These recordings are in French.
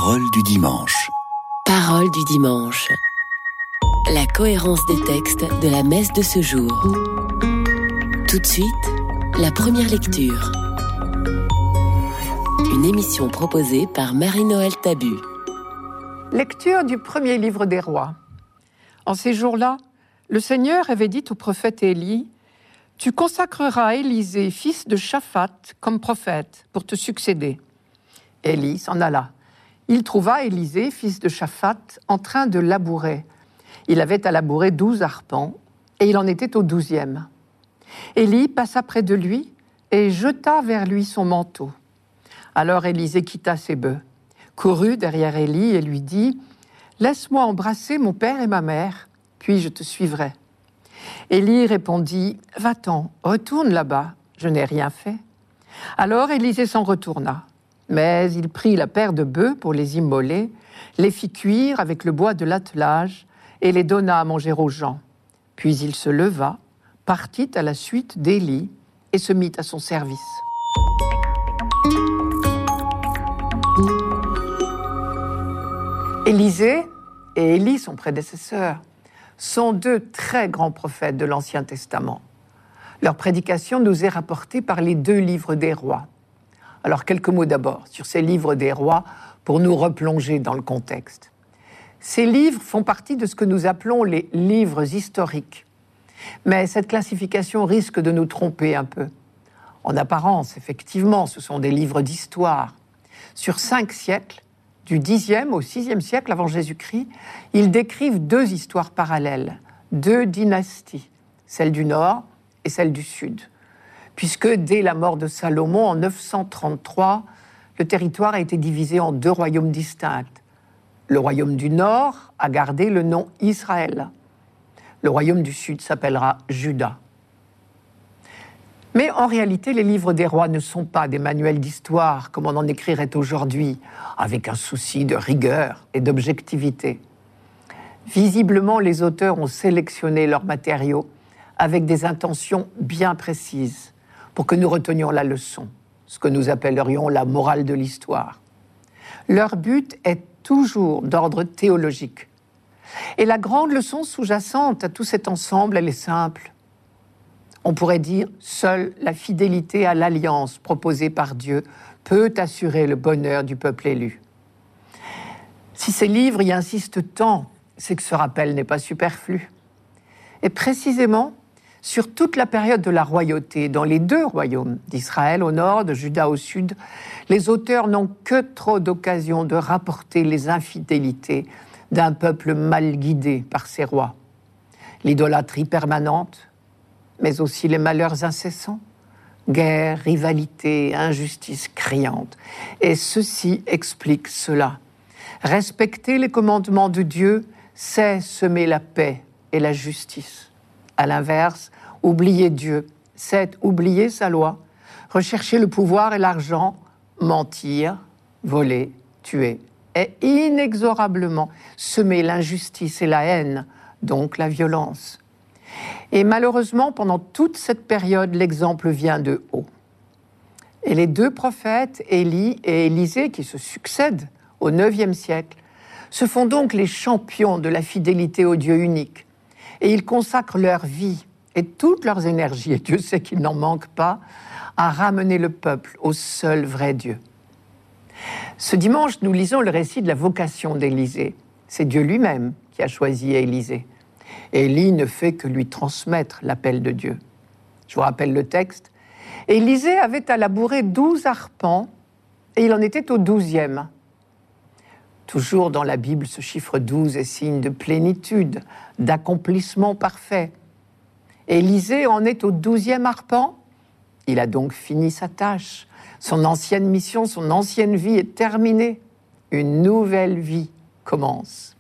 Parole du dimanche. Parole du dimanche. La cohérence des textes de la messe de ce jour. Tout de suite, la première lecture. Une émission proposée par Marie-Noël Tabu. Lecture du premier livre des rois. En ces jours-là, le Seigneur avait dit au prophète Élie : « Tu consacreras Élisée, fils de Shaphat, comme prophète, pour te succéder. » Élie s'en alla. Il trouva Élisée, fils de Shaphat, en train de labourer. Il avait à labourer 12 arpents, et il en était au 12e. Élie passa près de lui et jeta vers lui son manteau. Alors Élisée quitta ses bœufs, courut derrière Élie et lui dit : « Laisse-moi embrasser mon père et ma mère, puis je te suivrai. » Élie répondit : « Va-t'en, retourne là-bas, je n'ai rien fait. » Alors Élisée s'en retourna, mais il prit la paire de bœufs pour les immoler, les fit cuire avec le bois de l'attelage et les donna à manger aux gens. Puis il se leva, partit à la suite d'Élie et se mit à son service. Élisée et Élie, son prédécesseur, sont deux très grands prophètes de l'Ancien Testament. Leur prédication nous est rapportée par les 2 livres des rois. Alors, quelques mots d'abord sur ces livres des rois pour nous replonger dans le contexte. Ces livres font partie de ce que nous appelons les livres historiques. Mais cette classification risque de nous tromper un peu. En apparence, effectivement, ce sont des livres d'histoire. Sur 5 siècles, du 10e au 6e siècle avant Jésus-Christ, ils décrivent 2 histoires parallèles, 2 dynasties, celle du Nord et celle du Sud. Puisque dès la mort de Salomon en 933, le territoire a été divisé en 2 royaumes distincts. Le royaume du Nord a gardé le nom Israël. Le royaume du Sud s'appellera Juda. Mais en réalité, les livres des rois ne sont pas des manuels d'histoire comme on en écrirait aujourd'hui, avec un souci de rigueur et d'objectivité. Visiblement, les auteurs ont sélectionné leurs matériaux avec des intentions bien précises pour que nous retenions la leçon, ce que nous appellerions la morale de l'histoire. Leur but est toujours d'ordre théologique. Et la grande leçon sous-jacente à tout cet ensemble, elle est simple. On pourrait dire, seule la fidélité à l'alliance proposée par Dieu peut assurer le bonheur du peuple élu. Si ces livres y insistent tant, c'est que ce rappel n'est pas superflu. Et précisément, sur toute la période de la royauté, dans les 2 royaumes, d'Israël au nord, de Juda au sud, les auteurs n'ont que trop d'occasions de rapporter les infidélités d'un peuple mal guidé par ses rois. L'idolâtrie permanente, mais aussi les malheurs incessants, guerre, rivalité, injustice criante. Et ceci explique cela. Respecter les commandements de Dieu, c'est semer la paix et la justice. À l'inverse, oublier Dieu, c'est oublier sa loi, rechercher le pouvoir et l'argent, mentir, voler, tuer, et inexorablement semer l'injustice et la haine, donc la violence. Et malheureusement, pendant toute cette période, l'exemple vient de haut. Et les 2 prophètes, Élie et Élisée, qui se succèdent au 9e siècle, se font donc les champions de la fidélité au Dieu unique. Et ils consacrent leur vie et toutes leurs énergies, et Dieu sait qu'il n'en manque pas, à ramener le peuple au seul vrai Dieu. Ce dimanche, nous lisons le récit de la vocation d'Élisée. C'est Dieu lui-même qui a choisi Élisée. Élie ne fait que lui transmettre l'appel de Dieu. Je vous rappelle le texte. Élisée avait à labourer 12 arpents et il en était au 12e. Toujours dans la Bible, ce chiffre 12 est signe de plénitude, d'accomplissement parfait. Élisée en est au 12e arpent. Il a donc fini sa tâche. Son ancienne mission, son ancienne vie est terminée. Une nouvelle vie commence.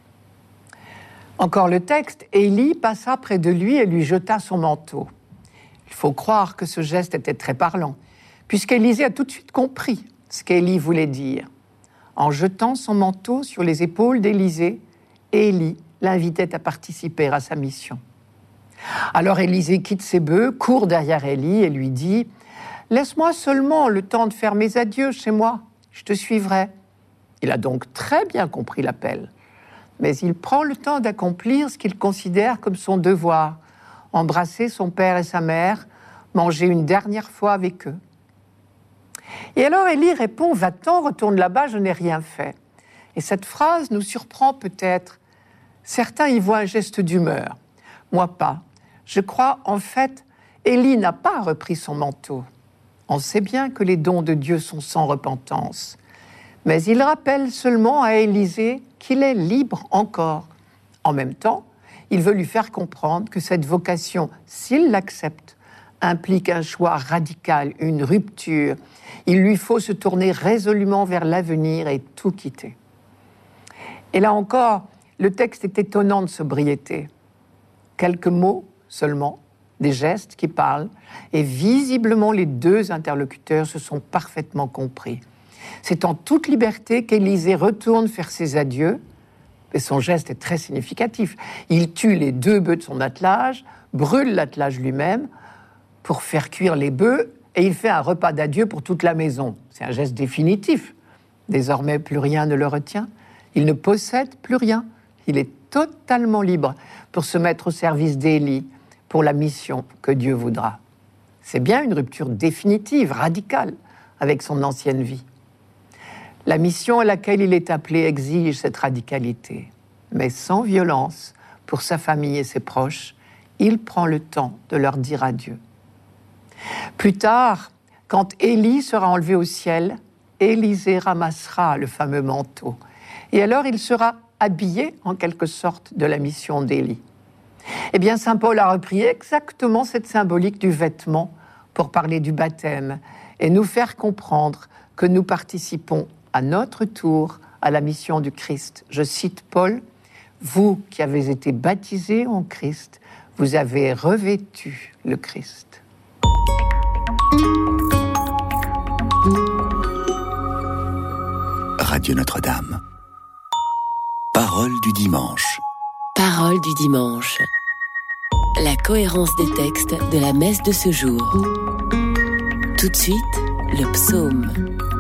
Encore le texte, Élie passa près de lui et lui jeta son manteau. Il faut croire que ce geste était très parlant, puisqu'Élisée a tout de suite compris ce qu'Élie voulait dire. En jetant son manteau sur les épaules d'Élisée, Élie l'invitait à participer à sa mission. Alors Élisée quitte ses bœufs, court derrière Élie et lui dit : « Laisse-moi seulement le temps de faire mes adieux chez moi, je te suivrai. » Il a donc très bien compris l'appel. Mais il prend le temps d'accomplir ce qu'il considère comme son devoir, embrasser son père et sa mère, manger une dernière fois avec eux. Et alors Élie répond « Va-t'en, retourne là-bas, je n'ai rien fait ». Et cette phrase nous surprend peut-être. Certains y voient un geste d'humeur. Moi pas. Je crois en fait, Élie n'a pas repris son manteau. On sait bien que les dons de Dieu sont sans repentance. Mais il rappelle seulement à Élisée qu'il est libre encore. En même temps, il veut lui faire comprendre que cette vocation, s'il l'accepte, implique un choix radical, une rupture. Il lui faut se tourner résolument vers l'avenir et tout quitter. Et là encore, le texte est étonnant de sobriété. Quelques mots seulement, des gestes qui parlent, et visiblement les deux interlocuteurs se sont parfaitement compris. C'est en toute liberté qu'Élisée retourne faire ses adieux, et son geste est très significatif. Il tue les 2 bœufs de son attelage, brûle l'attelage lui-même pour faire cuire les bœufs, et il fait un repas d'adieu pour toute la maison. C'est un geste définitif. Désormais, plus rien ne le retient. Il ne possède plus rien. Il est totalement libre pour se mettre au service d'Élie, pour la mission que Dieu voudra. C'est bien une rupture définitive, radicale, avec son ancienne vie. La mission à laquelle il est appelé exige cette radicalité, mais sans violence, pour sa famille et ses proches, il prend le temps de leur dire adieu. Plus tard, quand Élie sera enlevé au ciel, Élisée ramassera le fameux manteau, et alors il sera habillé en quelque sorte de la mission d'Élie. Eh bien, saint Paul a repris exactement cette symbolique du vêtement pour parler du baptême et nous faire comprendre que nous participons à notre tour à la mission du Christ. Je cite Paul, « Vous qui avez été baptisés en Christ, vous avez revêtu le Christ. » Radio Notre-Dame. Parole du dimanche. Parole du dimanche. La cohérence des textes de la messe de ce jour. Tout de suite, le psaume.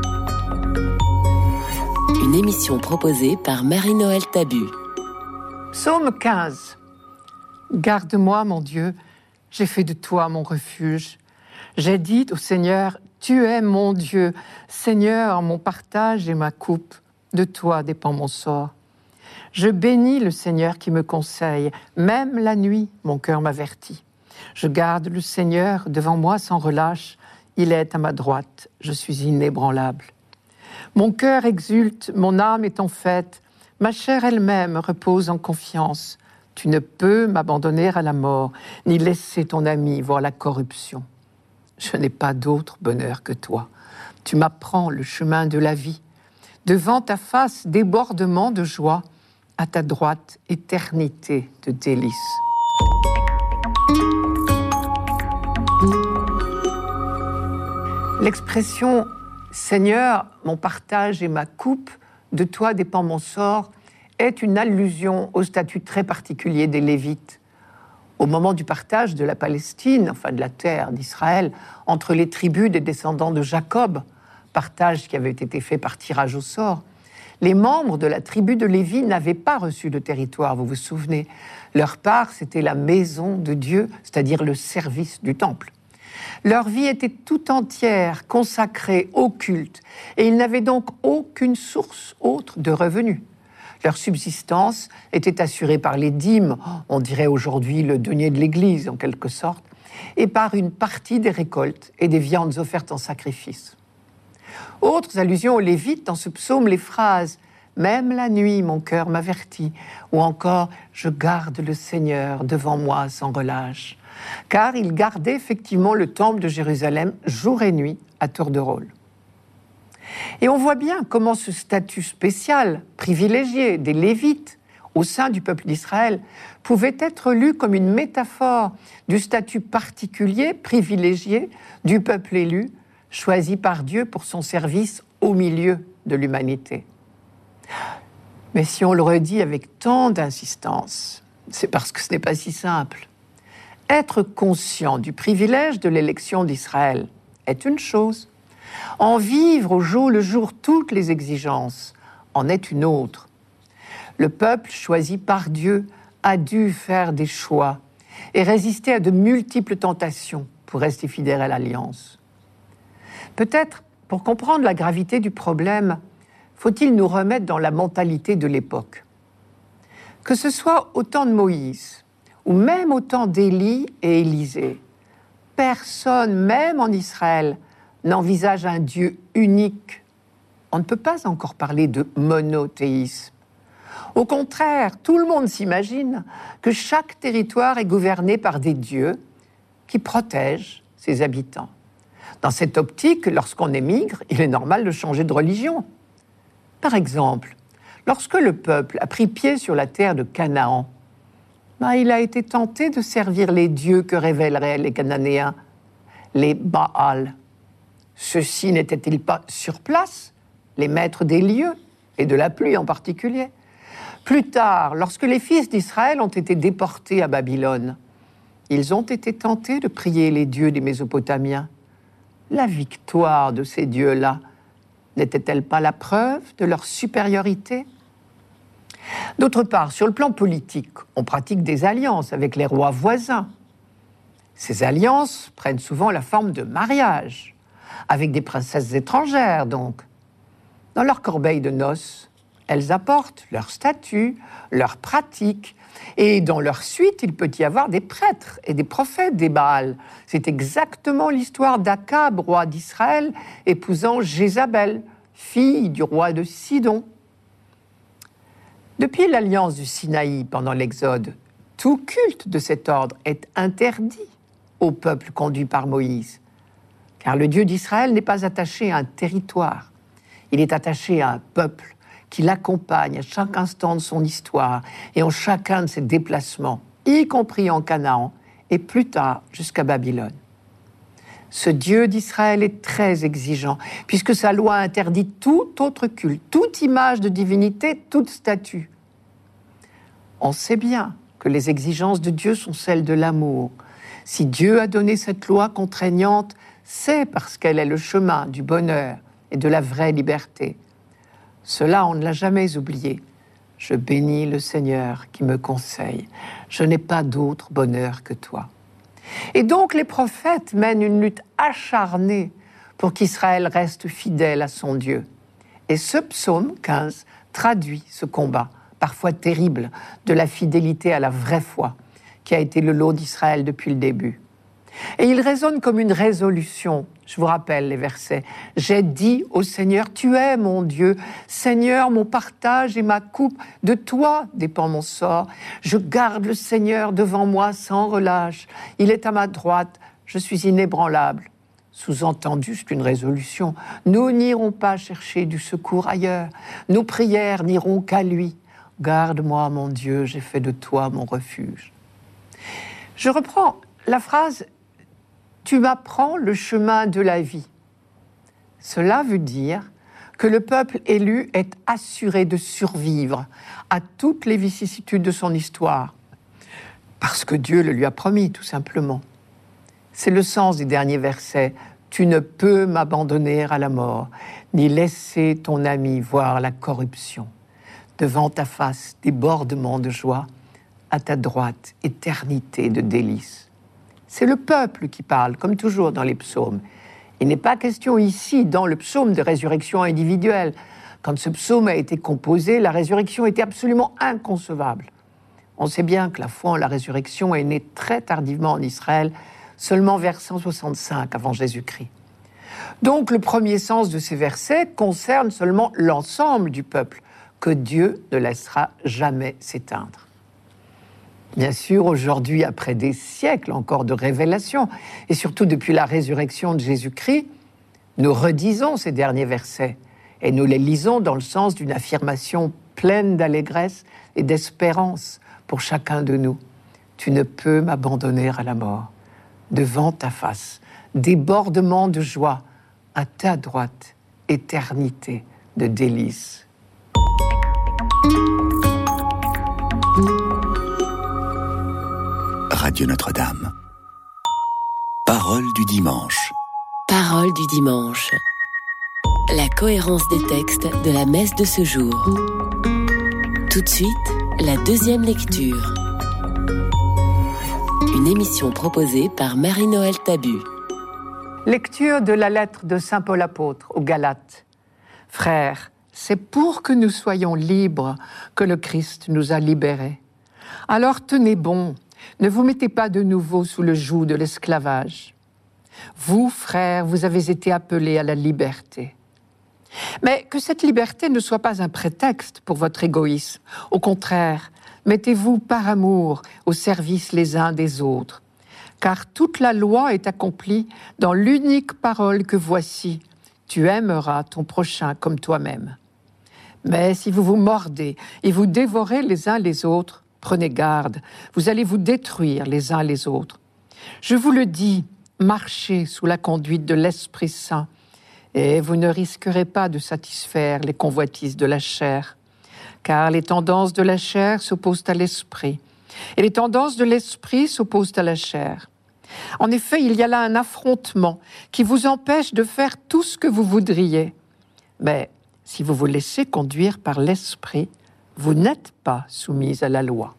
Une émission proposée par Marie-Noël Tabu. Psaume 15. Garde-moi, mon Dieu, j'ai fait de toi mon refuge. J'ai dit au Seigneur, tu es mon Dieu. Seigneur, mon partage et ma coupe, de toi dépend mon sort. Je bénis le Seigneur qui me conseille. Même la nuit, mon cœur m'avertit. Je garde le Seigneur devant moi sans relâche. Il est à ma droite. Je suis inébranlable. Mon cœur exulte, mon âme est en fête. Ma chair elle-même repose en confiance. Tu ne peux m'abandonner à la mort, ni laisser ton ami voir la corruption. Je n'ai pas d'autre bonheur que toi. Tu m'apprends le chemin de la vie. Devant ta face, débordement de joie. À ta droite, éternité de délices. L'expression « Seigneur, mon partage et ma coupe, de toi dépend mon sort » est une allusion au statut très particulier des Lévites. Au moment du partage de la Palestine, enfin de la terre d'Israël, entre les tribus des descendants de Jacob, partage qui avait été fait par tirage au sort, les membres de la tribu de Lévi n'avaient pas reçu de territoire, vous vous souvenez. Leur part, c'était la maison de Dieu, c'est-à-dire le service du temple. Leur vie était tout entière consacrée au culte, et ils n'avaient donc aucune source autre de revenus. Leur subsistance était assurée par les dîmes, on dirait aujourd'hui le denier de l'Église en quelque sorte, et par une partie des récoltes et des viandes offertes en sacrifice. Autres allusions aux Lévites dans ce psaume, les phrases « Même la nuit, mon cœur m'avertit » ou encore « Je garde le Seigneur devant moi sans relâche » car il gardait effectivement le temple de Jérusalem jour et nuit à tour de rôle. Et on voit bien comment ce statut spécial, privilégié des Lévites au sein du peuple d'Israël pouvait être lu comme une métaphore du statut particulier, privilégié du peuple élu, choisi par Dieu pour son service au milieu de l'humanité. Mais si on le redit avec tant d'insistance, c'est parce que ce n'est pas si simple. Être conscient du privilège de l'élection d'Israël est une chose. En vivre au jour le jour toutes les exigences en est une autre. Le peuple choisi par Dieu a dû faire des choix et résister à de multiples tentations pour rester fidèle à l'alliance. Peut-être, pour comprendre la gravité du problème, faut-il nous remettre dans la mentalité de l'époque. Que ce soit au temps de Moïse, ou même au temps d'Élie et Élisée, personne, même en Israël, n'envisage un Dieu unique. On ne peut pas encore parler de monothéisme. Au contraire, tout le monde s'imagine que chaque territoire est gouverné par des dieux qui protègent ses habitants. Dans cette optique, lorsqu'on émigre, il est normal de changer de religion. Par exemple, lorsque le peuple a pris pied sur la terre de Canaan, il a été tenté de servir les dieux que révéleraient les Cananéens, les Baals. Ceux-ci n'étaient-ils pas sur place, les maîtres des lieux, et de la pluie en particulier ? Plus tard, lorsque les fils d'Israël ont été déportés à Babylone, ils ont été tentés de prier les dieux des Mésopotamiens. La victoire de ces dieux-là n'était-elle pas la preuve de leur supériorité ? D'autre part, sur le plan politique, on pratique des alliances avec les rois voisins. Ces alliances prennent souvent la forme de mariage, avec des princesses étrangères donc. Dans leur corbeille de noces, elles apportent leur statut, leurs pratiques, et dans leur suite, il peut y avoir des prêtres et des prophètes des Baals. C'est exactement l'histoire d'Akab, roi d'Israël, épousant Jézabel, fille du roi de Sidon. Depuis l'alliance du Sinaï pendant l'Exode, tout culte de cet ordre est interdit au peuple conduit par Moïse, car le Dieu d'Israël n'est pas attaché à un territoire, il est attaché à un peuple qui l'accompagne à chaque instant de son histoire et en chacun de ses déplacements, y compris en Canaan et plus tard jusqu'à Babylone. Ce Dieu d'Israël est très exigeant, puisque sa loi interdit tout autre culte, toute image de divinité, toute statue. On sait bien que les exigences de Dieu sont celles de l'amour. Si Dieu a donné cette loi contraignante, c'est parce qu'elle est le chemin du bonheur et de la vraie liberté. Cela, on ne l'a jamais oublié. Je bénis le Seigneur qui me conseille. Je n'ai pas d'autre bonheur que toi. Et donc les prophètes mènent une lutte acharnée pour qu'Israël reste fidèle à son Dieu. Et ce psaume 15 traduit ce combat, parfois terrible, de la fidélité à la vraie foi, qui a été le lot d'Israël depuis le début. Et il résonne comme une résolution. Je vous rappelle les versets. « J'ai dit au Seigneur, tu es mon Dieu. Seigneur, mon partage et ma coupe. De toi dépend mon sort. Je garde le Seigneur devant moi sans relâche. Il est à ma droite. Je suis inébranlable. » Sous-entendu, c'est une résolution. Nous n'irons pas chercher du secours ailleurs. Nos prières n'iront qu'à lui. Garde-moi, mon Dieu, j'ai fait de toi mon refuge. Je reprends la phrase « Tu m'apprends le chemin de la vie ». Cela veut dire que le peuple élu est assuré de survivre à toutes les vicissitudes de son histoire, parce que Dieu le lui a promis, tout simplement. C'est le sens des derniers versets. « Tu ne peux m'abandonner à la mort, ni laisser ton ami voir la corruption. Devant ta face, débordement de joie, à ta droite, éternité de délices. » C'est le peuple qui parle, comme toujours dans les psaumes. Il n'est pas question ici, dans le psaume, de résurrection individuelle. Quand ce psaume a été composé, la résurrection était absolument inconcevable. On sait bien que la foi en la résurrection est née très tardivement en Israël, seulement vers 165 avant Jésus-Christ. Donc le premier sens de ces versets concerne seulement l'ensemble du peuple, que Dieu ne laissera jamais s'éteindre. Bien sûr, aujourd'hui, après des siècles encore de révélation, et surtout depuis la résurrection de Jésus-Christ, nous redisons ces derniers versets, et nous les lisons dans le sens d'une affirmation pleine d'allégresse et d'espérance pour chacun de nous. Tu ne peux m'abandonner à la mort. Devant ta face, débordement de joie, à ta droite, éternité de délices. Radio Notre-Dame. Parole du dimanche. Parole du dimanche. La la cohérence des textes de la messe de ce jour. Tout de suite, la deuxième lecture. Une émission proposée par Marie-Noël Tabu. Lecture de la lettre de saint Paul apôtre aux Galates. Frères, c'est pour que nous soyons libres que le Christ nous a libérés. Alors tenez bon, ne vous mettez pas de nouveau sous le joug de l'esclavage. Vous, frères, vous avez été appelés à la liberté. Mais que cette liberté ne soit pas un prétexte pour votre égoïsme. Au contraire, mettez-vous par amour au service les uns des autres. Car toute la loi est accomplie dans l'unique parole que voici. Tu aimeras ton prochain comme toi-même. Mais si vous vous mordez et vous dévorez les uns les autres, prenez garde, vous allez vous détruire les uns les autres. Je vous le dis, marchez sous la conduite de l'Esprit Saint, et vous ne risquerez pas de satisfaire les convoitises de la chair. Car les tendances de la chair s'opposent à l'esprit, et les tendances de l'esprit s'opposent à la chair. En effet, il y a là un affrontement qui vous empêche de faire tout ce que vous voudriez. Mais si vous vous laissez conduire par l'esprit, vous n'êtes pas soumis à la loi.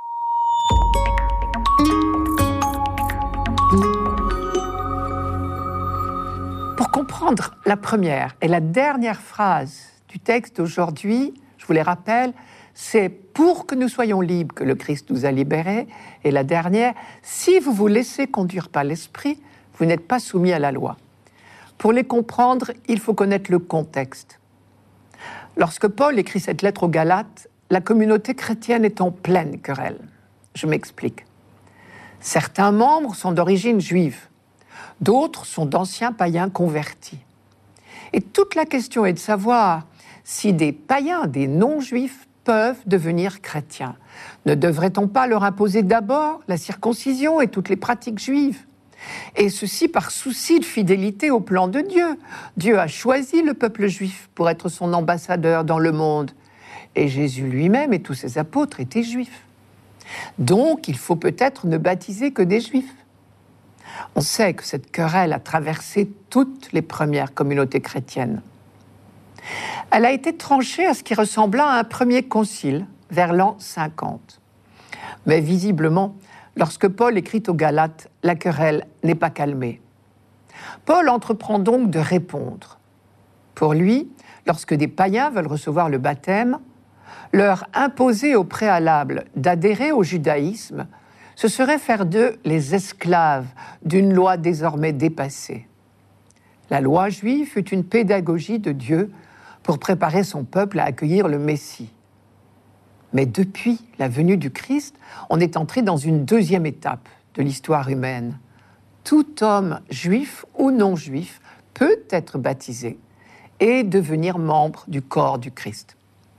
Pour comprendre la première et la dernière phrase du texte d'aujourd'hui, je vous les rappelle, c'est pour que nous soyons libres que le Christ nous a libérés. Et la dernière, si vous vous laissez conduire par l'Esprit, vous n'êtes pas soumis à la loi. Pour les comprendre, il faut connaître le contexte. Lorsque Paul écrit cette lettre aux Galates, la communauté chrétienne est en pleine querelle. Je m'explique. Certains membres sont d'origine juive, d'autres sont d'anciens païens convertis. Et toute la question est de savoir si des païens, des non-juifs, peuvent devenir chrétiens. Ne devrait-on pas leur imposer d'abord la circoncision et toutes les pratiques juives ? Et ceci par souci de fidélité au plan de Dieu. Dieu a choisi le peuple juif pour être son ambassadeur dans le monde. Et Jésus lui-même et tous ses apôtres étaient juifs. Donc, il faut peut-être ne baptiser que des juifs. On sait que cette querelle a traversé toutes les premières communautés chrétiennes. Elle a été tranchée à ce qui ressembla à un premier concile, vers l'an 50. Mais visiblement, lorsque Paul écrit aux Galates, la querelle n'est pas calmée. Paul entreprend donc de répondre. Pour lui, lorsque des païens veulent recevoir le baptême, leur imposer au préalable d'adhérer au judaïsme, ce serait faire d'eux les esclaves d'une loi désormais dépassée. La loi juive fut une pédagogie de Dieu pour préparer son peuple à accueillir le Messie. Mais depuis la venue du Christ, on est entré dans une deuxième étape de l'histoire humaine. Tout homme, juif ou non juif, peut être baptisé et devenir membre du corps du Christ.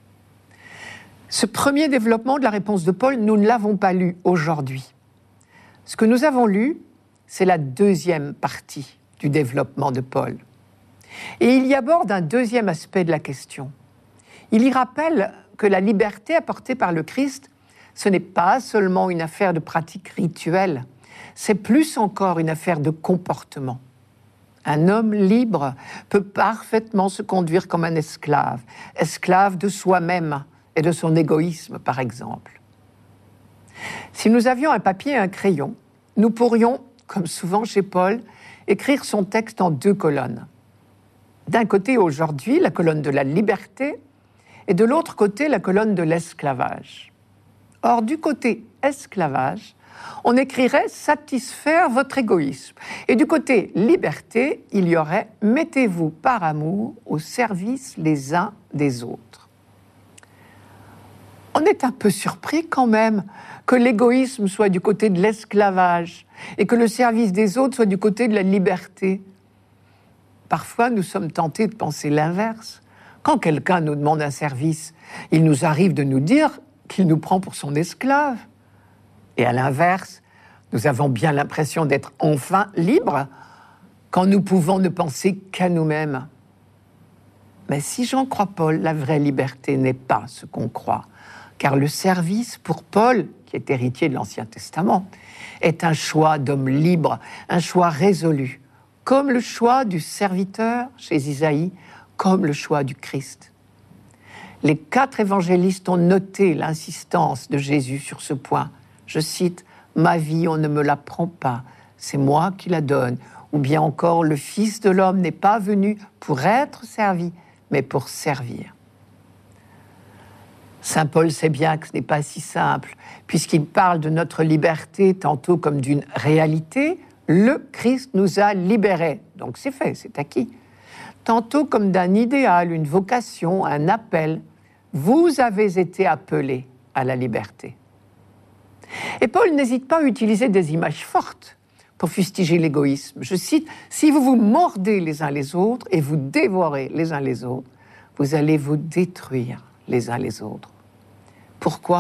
Ce premier développement de la réponse de Paul, nous ne l'avons pas lu aujourd'hui. Ce que nous avons lu, c'est la deuxième partie du développement de Paul. Et il y aborde un deuxième aspect de la question. Il y rappelle que la liberté apportée par le Christ, ce n'est pas seulement une affaire de pratique rituelle, c'est plus encore une affaire de comportement. Un homme libre peut parfaitement se conduire comme un esclave, esclave de soi-même et de son égoïsme, par exemple. Si nous avions un papier et un crayon, nous pourrions, comme souvent chez Paul, écrire son texte en 2 colonnes. D'un côté, aujourd'hui, la colonne de la liberté, et de l'autre côté, la colonne de l'esclavage. Or, du côté esclavage, on écrirait « satisfaire votre égoïsme ». Et du côté liberté, il y aurait « mettez-vous par amour au service les uns des autres ». On est un peu surpris quand même que l'égoïsme soit du côté de l'esclavage et que le service des autres soit du côté de la liberté. Parfois, nous sommes tentés de penser l'inverse. Quand quelqu'un nous demande un service, il nous arrive de nous dire qu'il nous prend pour son esclave. Et à l'inverse, nous avons bien l'impression d'être enfin libres quand nous pouvons ne penser qu'à nous-mêmes. Mais si j'en crois Paul, la vraie liberté n'est pas ce qu'on croit. Car le service, pour Paul, qui est héritier de l'Ancien Testament, est un choix d'homme libre, un choix résolu, comme le choix du serviteur chez Isaïe, comme le choix du Christ. Les 4 évangélistes ont noté l'insistance de Jésus sur ce point. Je cite, « Ma vie, on ne me la prend pas, c'est moi qui la donne. » Ou bien encore, « Le Fils de l'homme n'est pas venu pour être servi, mais pour servir. » Saint Paul sait bien que ce n'est pas si simple, puisqu'il parle de notre liberté tantôt comme d'une réalité. Le Christ nous a libérés, donc c'est fait, c'est acquis. Tantôt comme d'un idéal, une vocation, un appel. Vous avez été appelés à la liberté. Et Paul n'hésite pas à utiliser des images fortes pour fustiger l'égoïsme. Je cite, « Si vous vous mordez les uns les autres et vous dévorez les uns les autres, vous allez vous détruire les uns les autres. » Pourquoi ?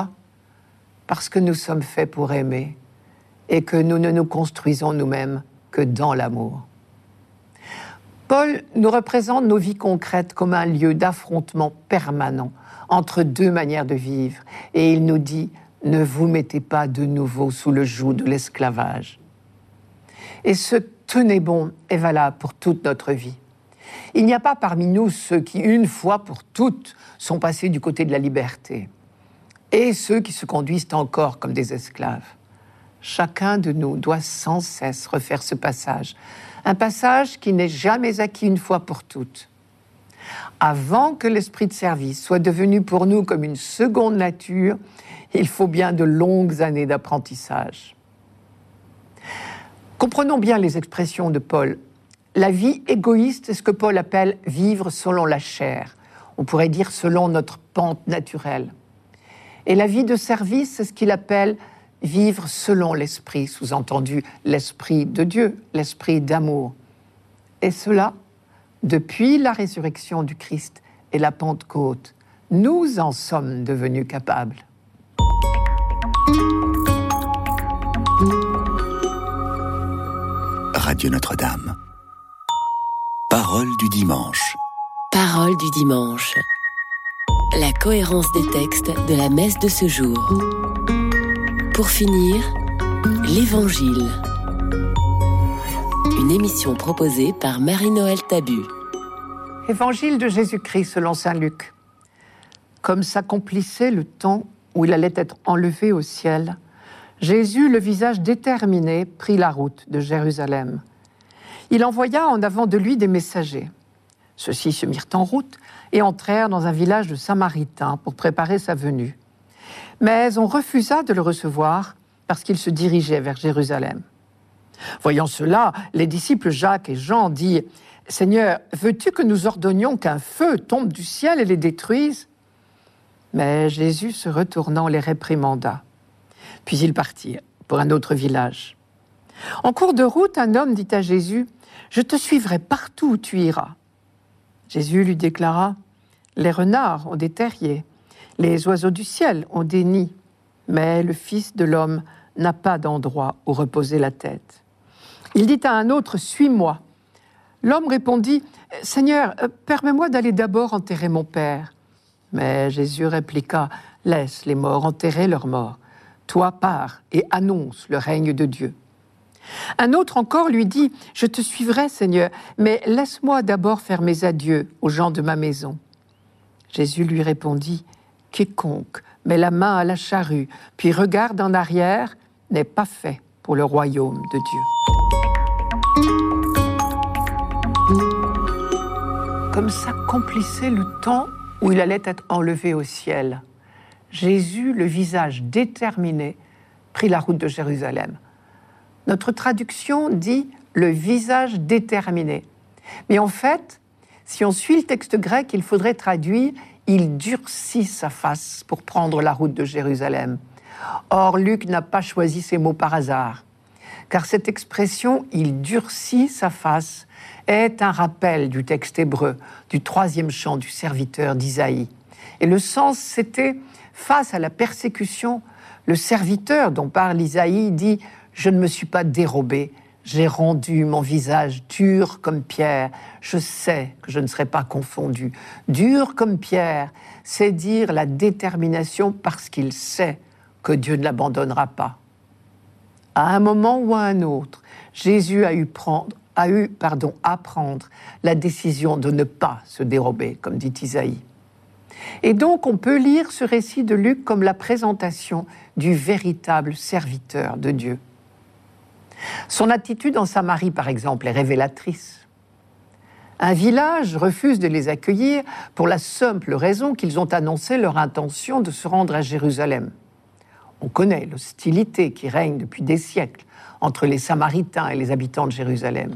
Parce que nous sommes faits pour aimer et que nous ne nous construisons nous-mêmes que dans l'amour. Paul nous représente nos vies concrètes comme un lieu d'affrontement permanent entre 2 manières de vivre. Et il nous dit, ne vous mettez pas de nouveau sous le joug de l'esclavage. Et ce « tenez bon » est valable pour toute notre vie. Il n'y a pas parmi nous ceux qui, une fois pour toutes, sont passés du côté de la liberté, et ceux qui se conduisent encore comme des esclaves. Chacun de nous doit sans cesse refaire ce passage, un passage qui n'est jamais acquis une fois pour toutes. Avant que l'esprit de service soit devenu pour nous comme une seconde nature, il faut bien de longues années d'apprentissage. Comprenons bien les expressions de Paul. La vie égoïste est ce que Paul appelle « vivre selon la chair ». On pourrait dire selon notre pente naturelle. Et la vie de service, c'est ce qu'il appelle « vivre selon l'esprit », sous-entendu l'esprit de Dieu, l'esprit d'amour. Et cela, depuis la résurrection du Christ et la Pentecôte, nous en sommes devenus capables. Radio Notre-Dame. Parole du dimanche. Parole du dimanche. La cohérence des textes de la messe de ce jour. Pour finir, l'Évangile. Une émission proposée par Marie-Noël Tabu. Évangile de Jésus-Christ selon saint Luc. Comme s'accomplissait le temps où il allait être enlevé au ciel, Jésus, le visage déterminé, prit la route de Jérusalem. Il envoya en avant de lui des messagers. Ceux-ci se mirent en route et entrèrent dans un village de Samaritains pour préparer sa venue. Mais on refusa de le recevoir parce qu'il se dirigeait vers Jérusalem. Voyant cela, les disciples Jacques et Jean dirent « Seigneur, veux-tu que nous ordonnions qu'un feu tombe du ciel et les détruise ?» Mais Jésus, se retournant, les réprimanda. Puis ils partirent pour un autre village. En cours de route, un homme dit à Jésus « Je te suivrai partout où tu iras. » Jésus lui déclara « Les renards ont des terriers, les oiseaux du ciel ont des nids, mais le Fils de l'homme n'a pas d'endroit où reposer la tête. » Il dit à un autre « Suis-moi. » L'homme répondit « Seigneur, permets-moi d'aller d'abord enterrer mon père. » Mais Jésus répliqua « Laisse les morts enterrer leurs morts. Toi, pars et annonce le règne de Dieu. » Un autre encore lui dit « Je te suivrai, Seigneur, mais laisse-moi d'abord faire mes adieux aux gens de ma maison. » Jésus lui répondit « Quiconque met la main à la charrue, puis regarde en arrière, n'est pas fait pour le royaume de Dieu. » Comme s'accomplissait le temps où il allait être enlevé au ciel, Jésus, le visage déterminé, prit la route de Jérusalem. Notre traduction dit « le visage déterminé ». Mais en fait, si on suit le texte grec, il faudrait traduire « il durcit sa face pour prendre la route de Jérusalem ». Or, Luc n'a pas choisi ces mots par hasard, car cette expression « il durcit sa face » est un rappel du texte hébreu, du 3e chant du serviteur d'Isaïe. Et le sens, c'était « face à la persécution », le serviteur dont parle Isaïe dit « Je ne me suis pas dérobé, j'ai rendu mon visage dur comme pierre, je sais que je ne serai pas confondu. » Dur comme pierre, c'est dire la détermination parce qu'il sait que Dieu ne l'abandonnera pas. À un moment ou à un autre, Jésus a à prendre la décision de ne pas se dérober, comme dit Isaïe. Et donc, on peut lire ce récit de Luc comme la présentation du véritable serviteur de Dieu. Son attitude en Samarie, par exemple, est révélatrice. Un village refuse de les accueillir pour la simple raison qu'ils ont annoncé leur intention de se rendre à Jérusalem. On connaît l'hostilité qui règne depuis des siècles entre les Samaritains et les habitants de Jérusalem.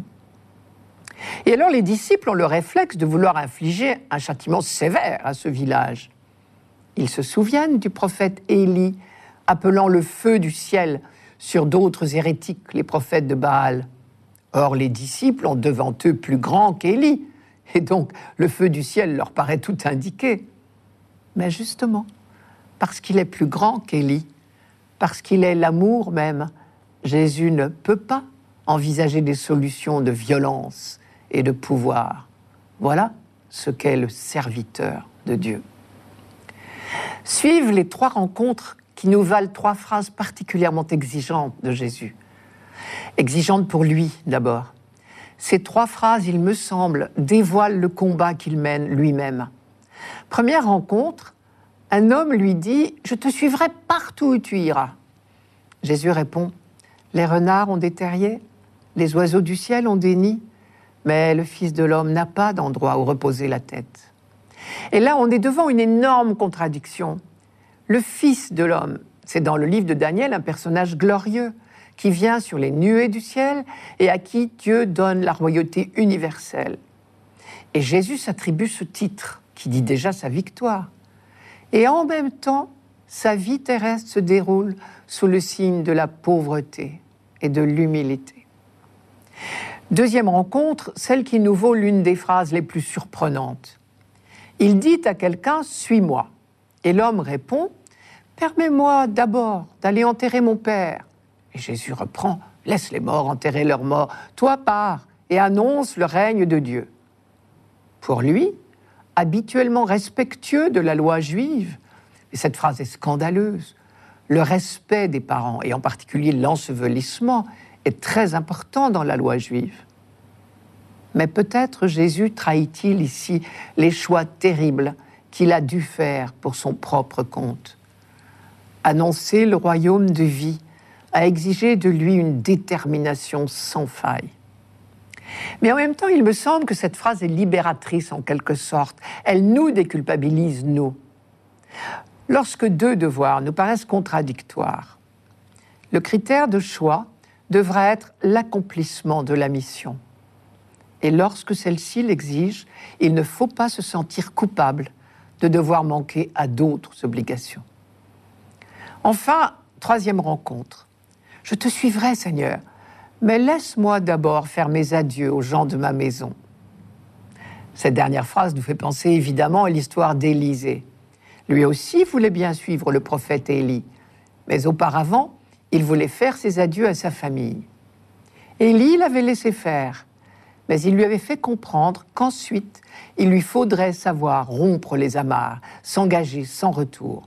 Et alors les disciples ont le réflexe de vouloir infliger un châtiment sévère à ce village. Ils se souviennent du prophète Élie appelant le feu du ciel sur d'autres hérétiques, les prophètes de Baal. Or les disciples ont devant eux plus grand qu'Élie, et donc le feu du ciel leur paraît tout indiqué. Mais justement, parce qu'il est plus grand qu'Élie, parce qu'il est l'amour même, Jésus ne peut pas envisager des solutions de violence et de pouvoir. Voilà ce qu'est le serviteur de Dieu. Suivent les 3 rencontres qui nous valent 3 phrases particulièrement exigeantes de Jésus. Exigeantes pour lui, d'abord. Ces 3 phrases, il me semble, dévoilent le combat qu'il mène lui-même. Première rencontre, un homme lui dit « Je te suivrai partout où tu iras ». Jésus répond « Les renards ont des terriers, les oiseaux du ciel ont des nids, mais le Fils de l'homme n'a pas d'endroit où reposer la tête. » Et là, on est devant une énorme contradiction. Le Fils de l'homme, c'est dans le livre de Daniel un personnage glorieux qui vient sur les nuées du ciel et à qui Dieu donne la royauté universelle. Et Jésus s'attribue ce titre qui dit déjà sa victoire. Et en même temps, sa vie terrestre se déroule sous le signe de la pauvreté et de l'humilité. Deuxième rencontre, celle qui nous vaut l'une des phrases les plus surprenantes. Il dit à quelqu'un « Suis-moi ». Et l'homme répond « Permets-moi d'abord d'aller enterrer mon père ». Et Jésus reprend « Laisse les morts enterrer leurs morts, toi pars et annonce le règne de Dieu ». Pour lui, habituellement respectueux de la loi juive, et cette phrase est scandaleuse, le respect des parents, et en particulier l'ensevelissement, est très important dans la loi juive. Mais peut-être Jésus trahit-il ici les choix terribles qu'il a dû faire pour son propre compte. Annoncer le royaume de vie a exigé de lui une détermination sans faille. Mais en même temps, il me semble que cette phrase est libératrice en quelque sorte. Elle nous déculpabilise, nous. Lorsque 2 devoirs nous paraissent contradictoires, le critère de choix devra être l'accomplissement de la mission. Et lorsque celle-ci l'exige, il ne faut pas se sentir coupable de devoir manquer à d'autres obligations. Enfin, 3e rencontre. Je te suivrai, Seigneur, mais laisse-moi d'abord faire mes adieux aux gens de ma maison. Cette dernière phrase nous fait penser évidemment à l'histoire d'Élisée. Lui aussi voulait bien suivre le prophète Élie, mais auparavant, il voulait faire ses adieux à sa famille. Élie l'avait laissé faire, mais il lui avait fait comprendre qu'ensuite, il lui faudrait savoir rompre les amarres, s'engager sans retour.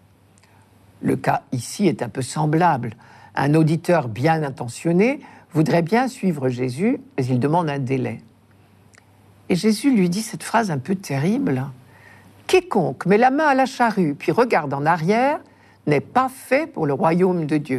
Le cas ici est un peu semblable. Un auditeur bien intentionné voudrait bien suivre Jésus, mais il demande un délai. Et Jésus lui dit cette phrase un peu terrible. « Quiconque met la main à la charrue puis regarde en arrière n'est pas fait pour le royaume de Dieu. »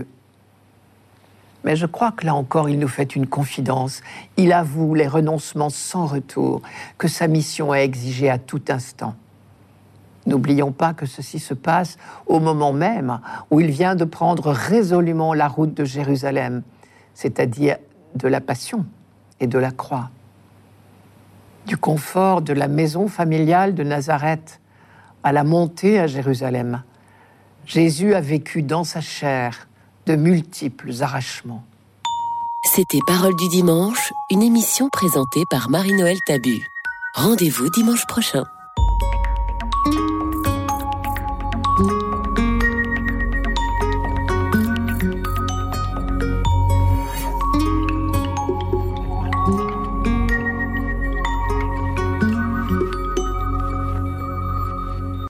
Mais je crois que là encore, il nous fait une confidence. Il avoue les renoncements sans retour que sa mission a exigé à tout instant. N'oublions pas que ceci se passe au moment même où il vient de prendre résolument la route de Jérusalem, c'est-à-dire de la passion et de la croix. Du confort de la maison familiale de Nazareth à la montée à Jérusalem, Jésus a vécu dans sa chair de multiples arrachements. C'était Parole du dimanche, une émission présentée par Marie-Noël Tabu. Rendez-vous dimanche prochain.